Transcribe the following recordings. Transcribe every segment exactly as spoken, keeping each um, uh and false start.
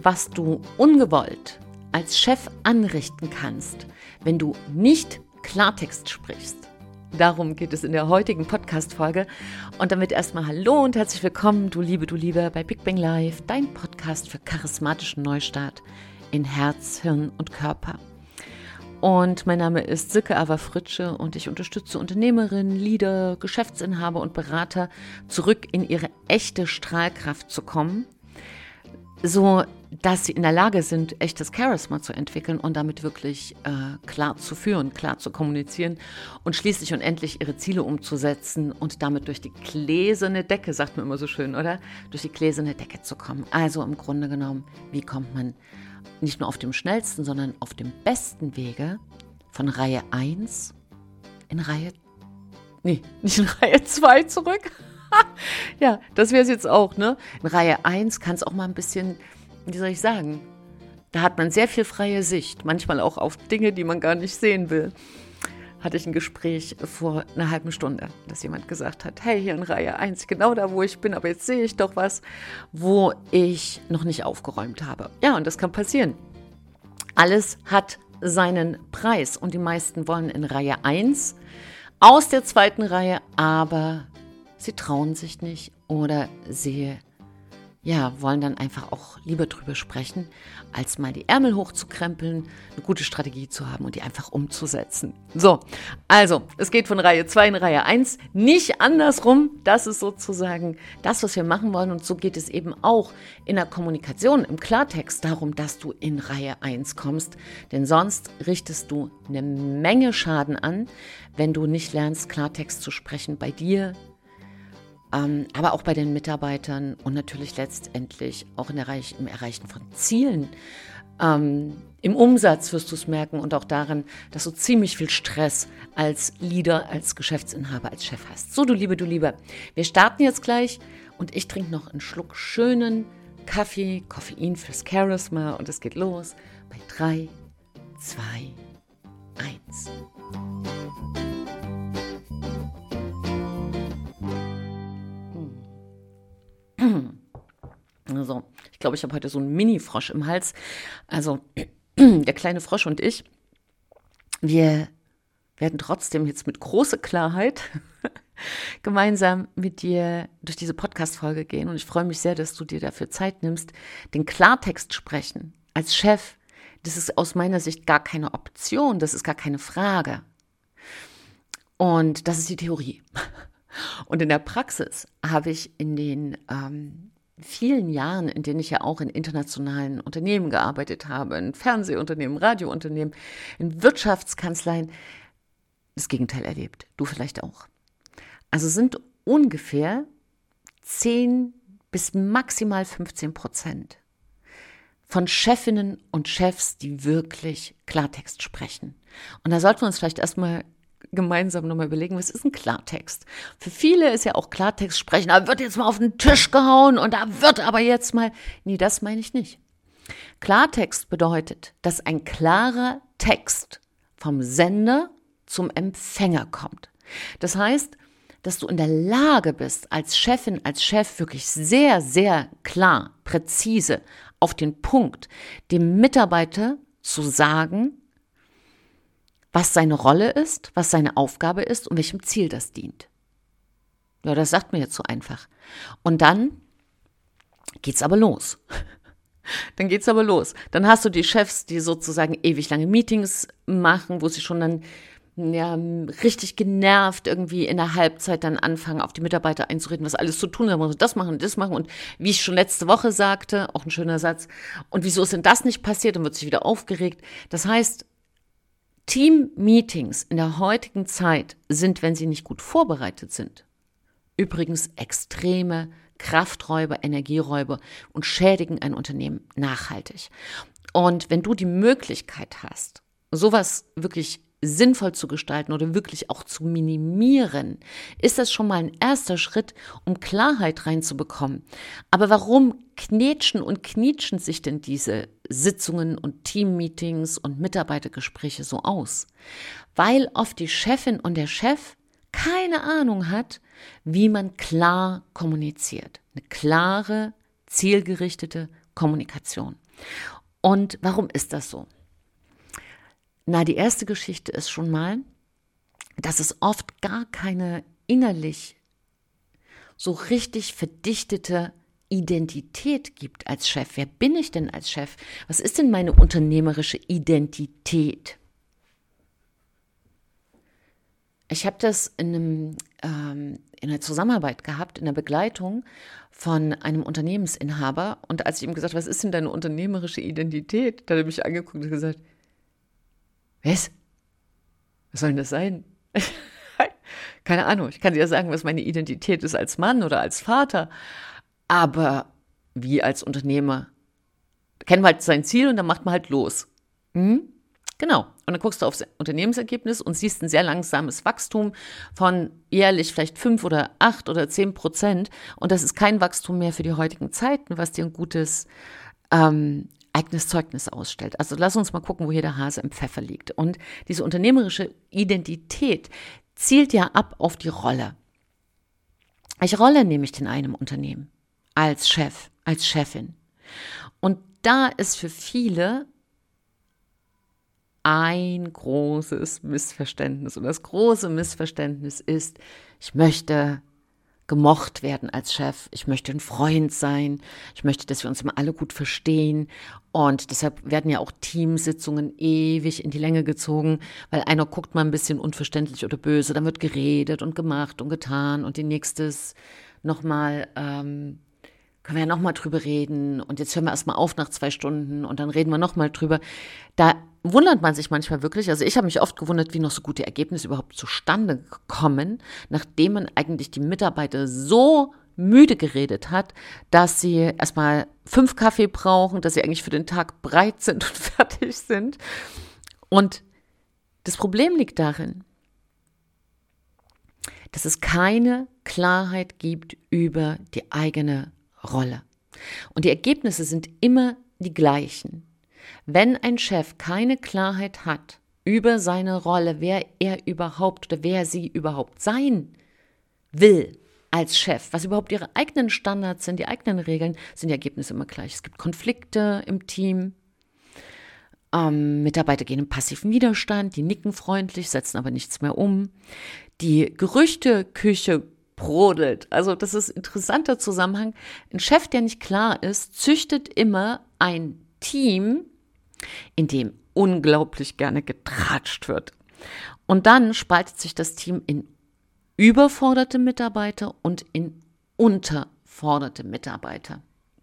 was du ungewollt als Chef anrichten kannst, wenn du nicht Klartext sprichst. Darum geht es in der heutigen Podcast-Folge. Und damit erstmal hallo und herzlich willkommen, du Liebe, du Liebe, bei Big Bang Live, dein Podcast für charismatischen Neustart in Herz, Hirn und Körper. Und mein Name ist Silke Awa-Fritsche und ich unterstütze Unternehmerinnen, Leader, Geschäftsinhaber und Berater, zurück in ihre echte Strahlkraft zu kommen, so dass sie in der Lage sind, echtes Charisma zu entwickeln und damit wirklich äh, klar zu führen, klar zu kommunizieren und schließlich und endlich ihre Ziele umzusetzen und damit durch die gläserne Decke, sagt man immer so schön, oder? Durch die gläserne Decke zu kommen. Also im Grunde genommen, wie kommt man nicht nur auf dem schnellsten, sondern auf dem besten Wege von Reihe eins in Reihe, nee, nicht in Reihe zwei zurück. Ja, das wäre es jetzt auch, ne? In Reihe eins kann es auch mal ein bisschen, wie soll ich sagen, da hat man sehr viel freie Sicht, manchmal auch auf Dinge, die man gar nicht sehen will. Hatte ich ein Gespräch vor einer halben Stunde, dass jemand gesagt hat, hey, hier in Reihe eins, genau da, wo ich bin, aber jetzt sehe ich doch was, wo ich noch nicht aufgeräumt habe. Ja, und das kann passieren. Alles hat seinen Preis und die meisten wollen in Reihe eins aus der zweiten Reihe, aber sie trauen sich nicht oder sie ja, wollen dann einfach auch lieber drüber sprechen, als mal die Ärmel hochzukrempeln, eine gute Strategie zu haben und die einfach umzusetzen. So, also, es geht von Reihe zwei in Reihe eins, nicht andersrum. Das ist sozusagen das, was wir machen wollen. Und so geht es eben auch in der Kommunikation, im Klartext darum, dass du in Reihe eins kommst. Denn sonst richtest du eine Menge Schaden an, wenn du nicht lernst, Klartext zu sprechen bei dir, Ähm, aber auch bei den Mitarbeitern und natürlich letztendlich auch in Erreich, im Erreichen von Zielen. Ähm, Im Umsatz wirst du es merken und auch daran, dass du ziemlich viel Stress als Leader, als Geschäftsinhaber, als Chef hast. So, du Liebe, du Lieber, wir starten jetzt gleich und ich trinke noch einen Schluck schönen Kaffee, Koffein fürs Charisma und es geht los bei drei, zwei, eins. Also, ich glaube, ich habe heute so einen Mini-Frosch im Hals. Also, der kleine Frosch und ich, wir werden trotzdem jetzt mit großer Klarheit gemeinsam mit dir durch diese Podcast-Folge gehen. Und ich freue mich sehr, dass du dir dafür Zeit nimmst. Den Klartext sprechen als Chef, das ist aus meiner Sicht gar keine Option, das ist gar keine Frage. Und das ist die Theorie. Und in der Praxis habe ich in den ähm, vielen Jahren, in denen ich ja auch in internationalen Unternehmen gearbeitet habe, in Fernsehunternehmen, Radiounternehmen, in Wirtschaftskanzleien, das Gegenteil erlebt. Du vielleicht auch. Also sind ungefähr zehn bis maximal fünfzehn Prozent von Chefinnen und Chefs, die wirklich Klartext sprechen. Und da sollten wir uns vielleicht erstmal gemeinsam nochmal überlegen, was ist ein Klartext? Für viele ist ja auch Klartext sprechen, da wird jetzt mal auf den Tisch gehauen und da wird aber jetzt mal, nee, das meine ich nicht. Klartext bedeutet, dass ein klarer Text vom Sender zum Empfänger kommt. Das heißt, dass du in der Lage bist, als Chefin, als Chef wirklich sehr, sehr klar, präzise auf den Punkt dem Mitarbeiter zu sagen, was seine Rolle ist, was seine Aufgabe ist und welchem Ziel das dient. Ja, das sagt mir jetzt so einfach. Und dann geht's aber los. Dann geht's aber los. Dann hast du die Chefs, die sozusagen ewig lange Meetings machen, wo sie schon dann ja, richtig genervt irgendwie in der Halbzeit dann anfangen, auf die Mitarbeiter einzureden, was alles zu tun ist, das machen, das machen und wie ich schon letzte Woche sagte, auch ein schöner Satz, und wieso ist denn das nicht passiert, dann wird sich wieder aufgeregt. Das heißt, Team-Meetings in der heutigen Zeit sind, wenn sie nicht gut vorbereitet sind, übrigens extreme Krafträuber, Energieräuber und schädigen ein Unternehmen nachhaltig. Und wenn du die Möglichkeit hast, sowas wirklich sinnvoll zu gestalten oder wirklich auch zu minimieren, ist das schon mal ein erster Schritt, um Klarheit reinzubekommen. Aber warum knetschen und knietschen sich denn diese Sitzungen und Teammeetings und Mitarbeitergespräche so aus? Weil oft die Chefin und der Chef keine Ahnung hat, wie man klar kommuniziert. Eine klare, zielgerichtete Kommunikation. Und warum ist das so? Na, die erste Geschichte ist schon mal, dass es oft gar keine innerlich so richtig verdichtete Identität gibt als Chef. Wer bin ich denn als Chef? Was ist denn meine unternehmerische Identität? Ich habe das in, einem, ähm, in einer Zusammenarbeit gehabt, in der Begleitung von einem Unternehmensinhaber. Und als ich ihm gesagt habe, was ist denn deine unternehmerische Identität? Da hat er mich angeguckt und gesagt, was? Was soll denn das sein? Keine Ahnung, ich kann dir ja sagen, was meine Identität ist als Mann oder als Vater. Aber wie als Unternehmer? Da kennen wir halt sein Ziel und dann macht man halt los. Hm? Genau. Und dann guckst du aufs Unternehmensergebnis und siehst ein sehr langsames Wachstum von jährlich vielleicht fünf oder acht oder zehn Prozent. Und das ist kein Wachstum mehr für die heutigen Zeiten, was dir ein gutes ähm, eigenes Zeugnis ausstellt. Also lass uns mal gucken, wo hier der Hase im Pfeffer liegt. Und diese unternehmerische Identität zielt ja ab auf die Rolle. Welche Rolle nehme ich in einem Unternehmen? Als Chef, als Chefin. Und da ist für viele ein großes Missverständnis. Und das große Missverständnis ist, ich möchte gemocht werden als Chef. Ich möchte ein Freund sein. Ich möchte, dass wir uns immer alle gut verstehen. Und deshalb werden ja auch Teamsitzungen ewig in die Länge gezogen, weil einer guckt mal ein bisschen unverständlich oder böse. Dann wird geredet und gemacht und getan. Und die nächstes nochmal, ähm, können wir ja nochmal drüber reden. Und jetzt hören wir erstmal auf nach zwei Stunden und dann reden wir nochmal drüber. Da wundert man sich manchmal wirklich, also ich habe mich oft gewundert, wie noch so gute Ergebnisse überhaupt zustande kommen, nachdem man eigentlich die Mitarbeiter so müde geredet hat, dass sie erstmal fünf Kaffee brauchen, dass sie eigentlich für den Tag bereit sind und fertig sind. Und das Problem liegt darin, dass es keine Klarheit gibt über die eigene Rolle. Und die Ergebnisse sind immer die gleichen. Wenn ein Chef keine Klarheit hat über seine Rolle, wer er überhaupt oder wer sie überhaupt sein will als Chef, was überhaupt ihre eigenen Standards sind, die eigenen Regeln, sind die Ergebnisse immer gleich. Es gibt Konflikte im Team, ähm, Mitarbeiter gehen im passiven Widerstand, die nicken freundlich, setzen aber nichts mehr um. Die Gerüchteküche brodelt. Also das ist ein interessanter Zusammenhang. Ein Chef, der nicht klar ist, züchtet immer ein Team, in dem unglaublich gerne getratscht wird. Und dann spaltet sich das Team in überforderte Mitarbeiter und in unterforderte Mitarbeiter.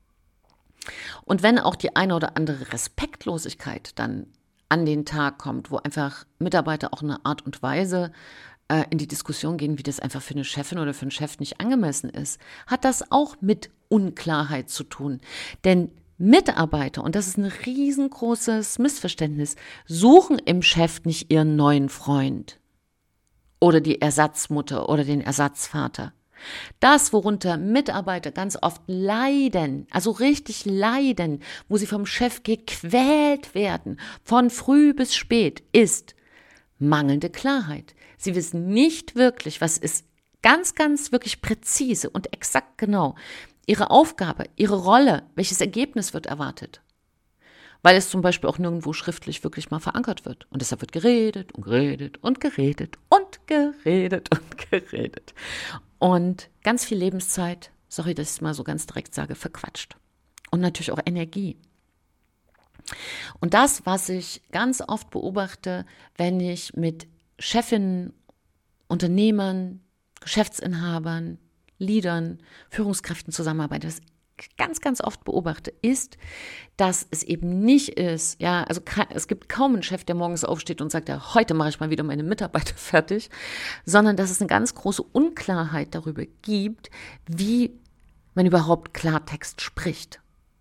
Und wenn auch die eine oder andere Respektlosigkeit dann an den Tag kommt, wo einfach Mitarbeiter auch eine Art und Weise äh, in die Diskussion gehen, wie das einfach für eine Chefin oder für einen Chef nicht angemessen ist, hat das auch mit Unklarheit zu tun. Denn Mitarbeiter, und das ist ein riesengroßes Missverständnis, suchen im Chef nicht ihren neuen Freund oder die Ersatzmutter oder den Ersatzvater. Das, worunter Mitarbeiter ganz oft leiden, also richtig leiden, wo sie vom Chef gequält werden, von früh bis spät, ist mangelnde Klarheit. Sie wissen nicht wirklich, was ist ganz, ganz wirklich präzise und exakt genau ihre Aufgabe, ihre Rolle, welches Ergebnis wird erwartet. Weil es zum Beispiel auch nirgendwo schriftlich wirklich mal verankert wird. Und deshalb wird geredet und geredet und geredet und geredet und geredet. Und ganz viel Lebenszeit, sorry, dass ich es mal so ganz direkt sage, verquatscht. Und natürlich auch Energie. Und das, was ich ganz oft beobachte, wenn ich mit Chefinnen, Unternehmern, Geschäftsinhabern, Leadern, Führungskräften zusammenarbeite, was ich ganz, ganz oft beobachte, ist, dass es eben nicht ist, ja, also es gibt kaum einen Chef, der morgens aufsteht und sagt, ja, heute mache ich mal wieder meine Mitarbeiter fertig, sondern dass es eine ganz große Unklarheit darüber gibt, wie man überhaupt Klartext spricht.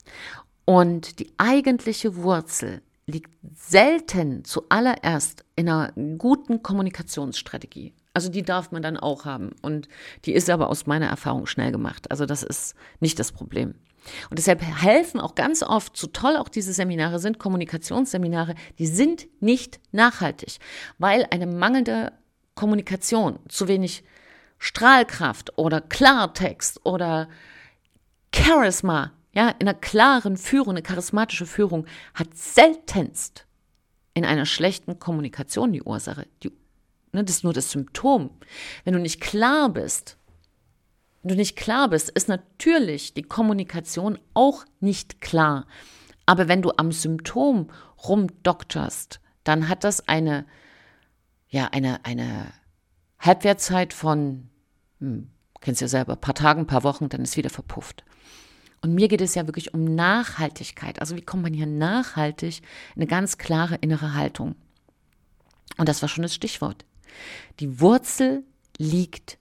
Und die eigentliche Wurzel liegt selten zuallererst in einer guten Kommunikationsstrategie. Also die darf man dann auch haben und die ist aber aus meiner Erfahrung schnell gemacht. Also das ist nicht das Problem. Und deshalb helfen auch ganz oft, so toll auch diese Seminare sind, Kommunikationsseminare, die sind nicht nachhaltig, weil eine mangelnde Kommunikation, zu wenig Strahlkraft oder Klartext oder Charisma ja, in einer klaren Führung, eine charismatische Führung hat seltenst in einer schlechten Kommunikation die Ursache. Die, ne, das ist nur das Symptom. Wenn du nicht klar bist, wenn du nicht klar bist, ist natürlich die Kommunikation auch nicht klar. Aber wenn du am Symptom rumdokterst, dann hat das eine, ja, eine, eine Halbwertszeit von, hm, kennst du ja selber, ein paar Tagen, ein paar Wochen, dann ist wieder verpufft. Und mir geht es ja wirklich um Nachhaltigkeit. Also wie kommt man hier nachhaltig in eine ganz klare innere Haltung? Und das war schon das Stichwort. Die Wurzel liegt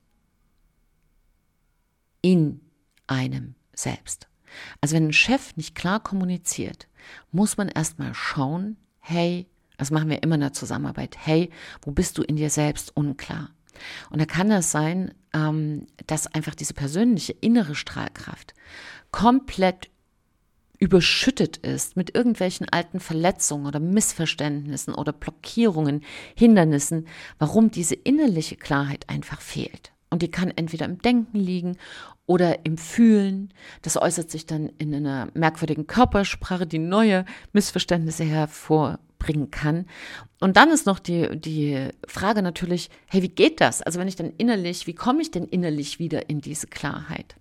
in einem selbst. Also wenn ein Chef nicht klar kommuniziert, muss man erstmal schauen, hey, das machen wir immer in der Zusammenarbeit, hey, wo bist du in dir selbst unklar? Und da kann es sein, ähm, dass einfach diese persönliche innere Strahlkraft komplett überschüttet ist mit irgendwelchen alten Verletzungen oder Missverständnissen oder Blockierungen, Hindernissen, warum diese innerliche Klarheit einfach fehlt. Und die kann entweder im Denken liegen oder im Fühlen. Das äußert sich dann in einer merkwürdigen Körpersprache, die neue Missverständnisse hervorbringen kann. Und dann ist noch die, die Frage natürlich, hey, wie geht das? Also wenn ich dann innerlich, wie komme ich denn innerlich wieder in diese Klarheit?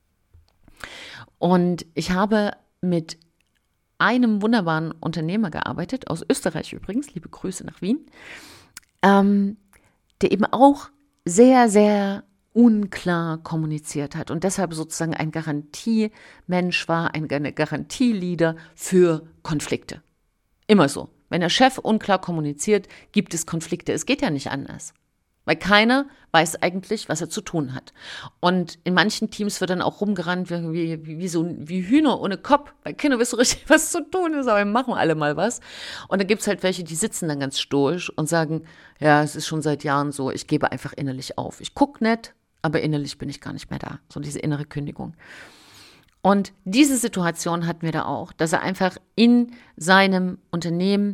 Und ich habe mit einem wunderbaren Unternehmer gearbeitet, aus Österreich übrigens, liebe Grüße nach Wien, ähm, der eben auch sehr, sehr unklar kommuniziert hat und deshalb sozusagen ein Garantiemensch war, ein Garantieleader für Konflikte. Immer so. Wenn der Chef unklar kommuniziert, gibt es Konflikte. Es geht ja nicht anders. Weil keiner weiß eigentlich, was er zu tun hat. Und in manchen Teams wird dann auch rumgerannt wie, wie, wie, so, wie Hühner ohne Kopf, weil keiner weiß so richtig, was zu tun ist, aber wir machen alle mal was. Und dann gibt es halt welche, die sitzen dann ganz stoisch und sagen, ja, es ist schon seit Jahren so, ich gebe einfach innerlich auf. Ich gucke nett, aber innerlich bin ich gar nicht mehr da. So diese innere Kündigung. Und diese Situation hatten wir da auch, dass er einfach in seinem Unternehmen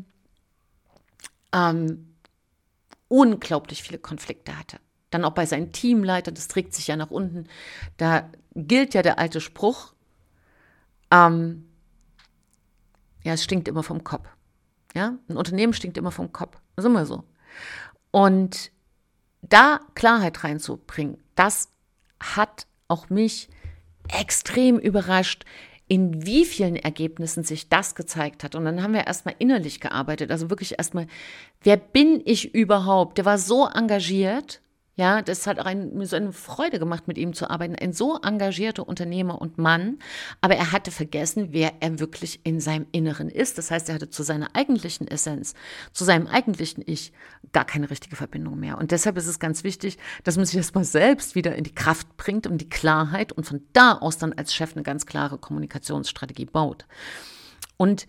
ähm, unglaublich viele Konflikte hatte. Dann auch bei seinen Teamleitern, das trägt sich ja nach unten. Da gilt ja der alte Spruch, ähm, ja, es stinkt immer vom Kopf. Ja, ein Unternehmen stinkt immer vom Kopf. Das ist immer so. Und da Klarheit reinzubringen, das hat auch mich extrem überrascht, in wie vielen Ergebnissen sich das gezeigt hat. Und dann haben wir erstmal innerlich gearbeitet, also wirklich erstmal, wer bin ich überhaupt? Der war so engagiert, ja, das hat auch ein, mir so eine Freude gemacht, mit ihm zu arbeiten, ein so engagierter Unternehmer und Mann, aber er hatte vergessen, wer er wirklich in seinem Inneren ist. Das heißt, er hatte zu seiner eigentlichen Essenz, zu seinem eigentlichen Ich gar keine richtige Verbindung mehr. Und deshalb ist es ganz wichtig, dass man sich erstmal selbst wieder in die Kraft bringt, um die Klarheit und von da aus dann als Chef eine ganz klare Kommunikationsstrategie baut. Und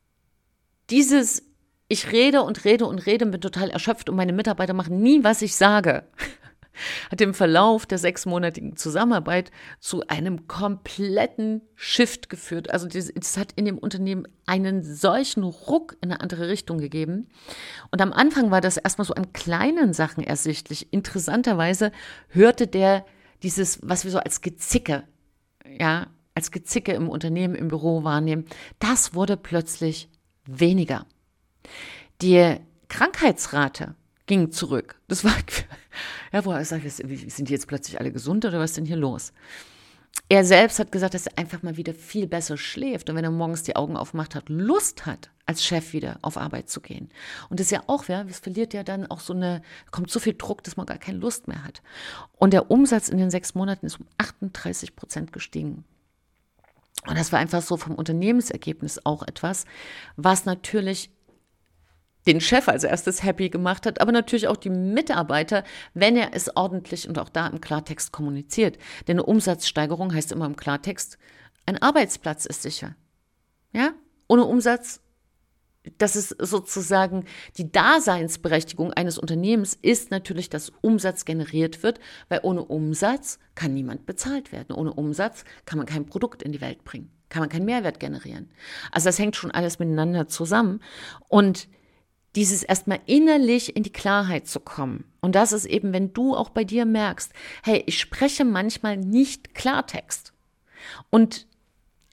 dieses Ich rede und rede und rede und bin total erschöpft und meine Mitarbeiter machen nie, was ich sage, hat im Verlauf der sechsmonatigen Zusammenarbeit zu einem kompletten Shift geführt. Also es hat in dem Unternehmen einen solchen Ruck in eine andere Richtung gegeben. Und am Anfang war das erstmal so an kleinen Sachen ersichtlich. Interessanterweise hörte der dieses, was wir so als Gezicke, ja, als Gezicke im Unternehmen, im Büro wahrnehmen, das wurde plötzlich weniger. Die Krankheitsrate ging zurück. Das war, ja, wo er sagt, sind die jetzt plötzlich alle gesund oder was ist denn hier los? Er selbst hat gesagt, dass er einfach mal wieder viel besser schläft und wenn er morgens die Augen aufmacht hat, Lust hat, als Chef wieder auf Arbeit zu gehen. Und das ist ja auch, ja, es verliert ja dann auch so eine, kommt so viel Druck, dass man gar keine Lust mehr hat. Und der Umsatz in den sechs Monaten ist um achtunddreißig Prozent gestiegen. Und das war einfach so vom Unternehmensergebnis auch etwas, was natürlich den Chef als erstes happy gemacht hat, aber natürlich auch die Mitarbeiter, wenn er es ordentlich und auch da im Klartext kommuniziert. Denn eine Umsatzsteigerung heißt immer im Klartext, ein Arbeitsplatz ist sicher. Ja? Ohne Umsatz, das ist sozusagen die Daseinsberechtigung eines Unternehmens, ist natürlich, dass Umsatz generiert wird, weil ohne Umsatz kann niemand bezahlt werden. Ohne Umsatz kann man kein Produkt in die Welt bringen, kann man keinen Mehrwert generieren. Also das hängt schon alles miteinander zusammen und dieses erstmal innerlich in die Klarheit zu kommen. Und das ist eben, wenn du auch bei dir merkst, hey, ich spreche manchmal nicht Klartext. Und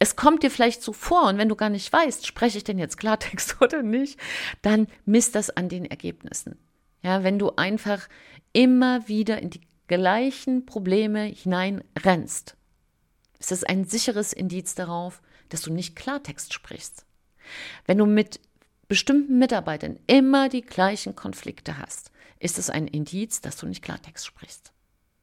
es kommt dir vielleicht so vor und wenn du gar nicht weißt, spreche ich denn jetzt Klartext oder nicht, dann misst das an den Ergebnissen. Ja, wenn du einfach immer wieder in die gleichen Probleme hineinrennst, ist das ein sicheres Indiz darauf, dass du nicht Klartext sprichst. Wenn du mit bestimmten Mitarbeitern immer die gleichen Konflikte hast, ist es ein Indiz, dass du nicht Klartext sprichst.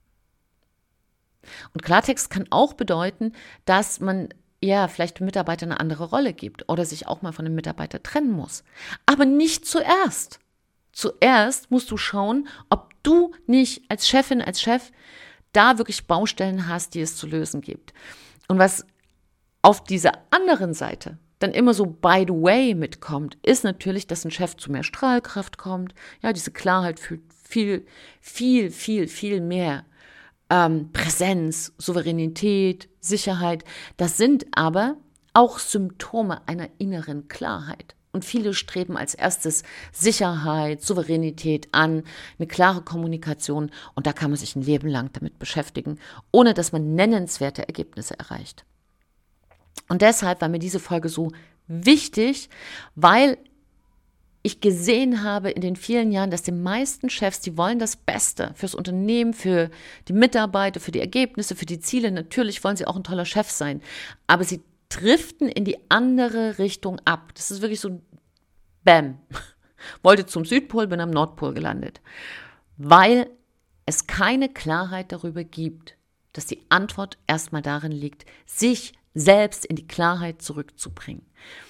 Und Klartext kann auch bedeuten, dass man ja vielleicht dem Mitarbeiter eine andere Rolle gibt oder sich auch mal von dem Mitarbeiter trennen muss. Aber nicht zuerst. Zuerst musst du schauen, ob du nicht als Chefin, als Chef da wirklich Baustellen hast, die es zu lösen gibt. Und was auf dieser anderen Seite dann immer so by the way mitkommt, ist natürlich, dass ein Chef zu mehr Strahlkraft kommt. Ja, diese Klarheit fühlt viel, viel, viel, viel mehr ähm, Präsenz, Souveränität, Sicherheit. Das sind aber auch Symptome einer inneren Klarheit. Und viele streben als erstes Sicherheit, Souveränität an, eine klare Kommunikation. Und da kann man sich ein Leben lang damit beschäftigen, ohne dass man nennenswerte Ergebnisse erreicht. Und deshalb war mir diese Folge so wichtig, weil ich gesehen habe in den vielen Jahren, dass die meisten Chefs, die wollen das Beste fürs Unternehmen, für die Mitarbeiter, für die Ergebnisse, für die Ziele. Natürlich wollen sie auch ein toller Chef sein, aber sie driften in die andere Richtung ab. Das ist wirklich so ein Bäm. Wollte zum Südpol, bin am Nordpol gelandet. Weil es keine Klarheit darüber gibt, dass die Antwort erstmal darin liegt, sich selbst in die Klarheit zurückzubringen.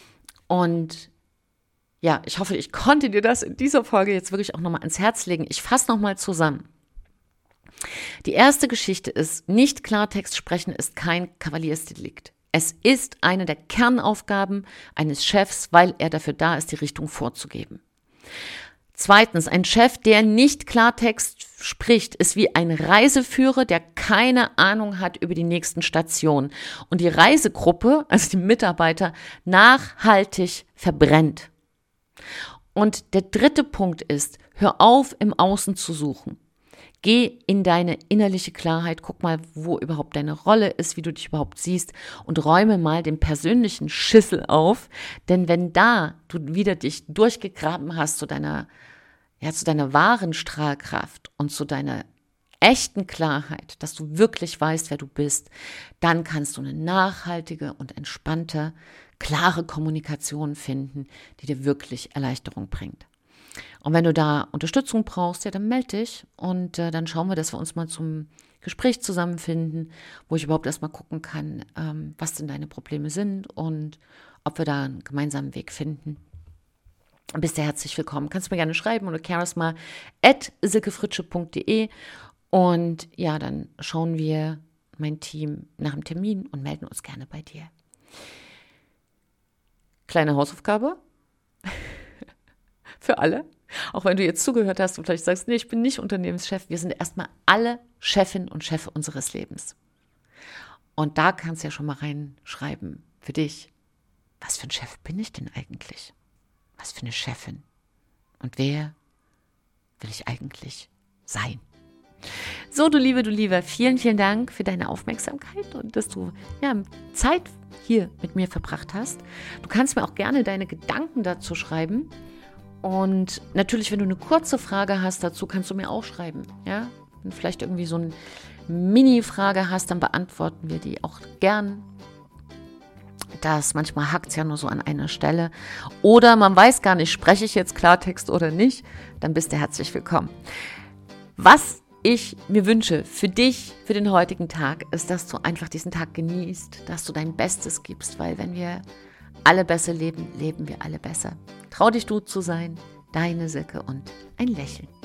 Und ja, ich hoffe, ich konnte dir das in dieser Folge jetzt wirklich auch nochmal ans Herz legen. Ich fasse nochmal zusammen. Die erste Geschichte ist, nicht Klartext sprechen ist kein Kavaliersdelikt. Es ist eine der Kernaufgaben eines Chefs, weil er dafür da ist, die Richtung vorzugeben. Zweitens, ein Chef, der nicht Klartext spricht, ist wie ein Reiseführer, der keine Ahnung hat über die nächsten Stationen und die Reisegruppe, also die Mitarbeiter, nachhaltig verbrennt. Und der dritte Punkt ist, hör auf, im Außen zu suchen. Geh in deine innerliche Klarheit, guck mal, wo überhaupt deine Rolle ist, wie du dich überhaupt siehst und räume mal den persönlichen Schissel auf, denn wenn da du wieder dich durchgegraben hast zu deiner, ja, zu deiner wahren Strahlkraft und zu deiner echten Klarheit, dass du wirklich weißt, wer du bist, dann kannst du eine nachhaltige und entspannte, klare Kommunikation finden, die dir wirklich Erleichterung bringt. Und wenn du da Unterstützung brauchst, ja, dann melde dich und äh, dann schauen wir, dass wir uns mal zum Gespräch zusammenfinden, wo ich überhaupt erstmal gucken kann, ähm, was denn deine Probleme sind und ob wir da einen gemeinsamen Weg finden. Bist du herzlich willkommen. Kannst du mir gerne schreiben oder charisma at silkefritsche punkt de und ja, dann schauen wir mein Team nach dem Termin und melden uns gerne bei dir. Kleine Hausaufgabe für alle. Auch wenn du jetzt zugehört hast und vielleicht sagst, nee, ich bin nicht Unternehmenschef. Wir sind erstmal alle Chefin und Chef unseres Lebens. Und da kannst du ja schon mal reinschreiben für dich, was für ein Chef bin ich denn eigentlich? Was für eine Chefin? Und wer will ich eigentlich sein? So, du Liebe, du Lieber, vielen, vielen Dank für deine Aufmerksamkeit und dass du ja, Zeit hier mit mir verbracht hast. Du kannst mir auch gerne deine Gedanken dazu schreiben. Und natürlich, wenn du eine kurze Frage hast dazu, kannst du mir auch schreiben. Ja? Wenn du vielleicht irgendwie so eine Mini-Frage hast, dann beantworten wir die auch gern. Das manchmal hackt es ja nur so an einer Stelle. Oder man weiß gar nicht, spreche ich jetzt Klartext oder nicht, dann bist du herzlich willkommen. Was ich mir wünsche für dich, für den heutigen Tag, ist, dass du einfach diesen Tag genießt, dass du dein Bestes gibst, weil wenn wir alle besser leben, leben wir alle besser. Trau dich, du zu sein, deine Silke und ein Lächeln.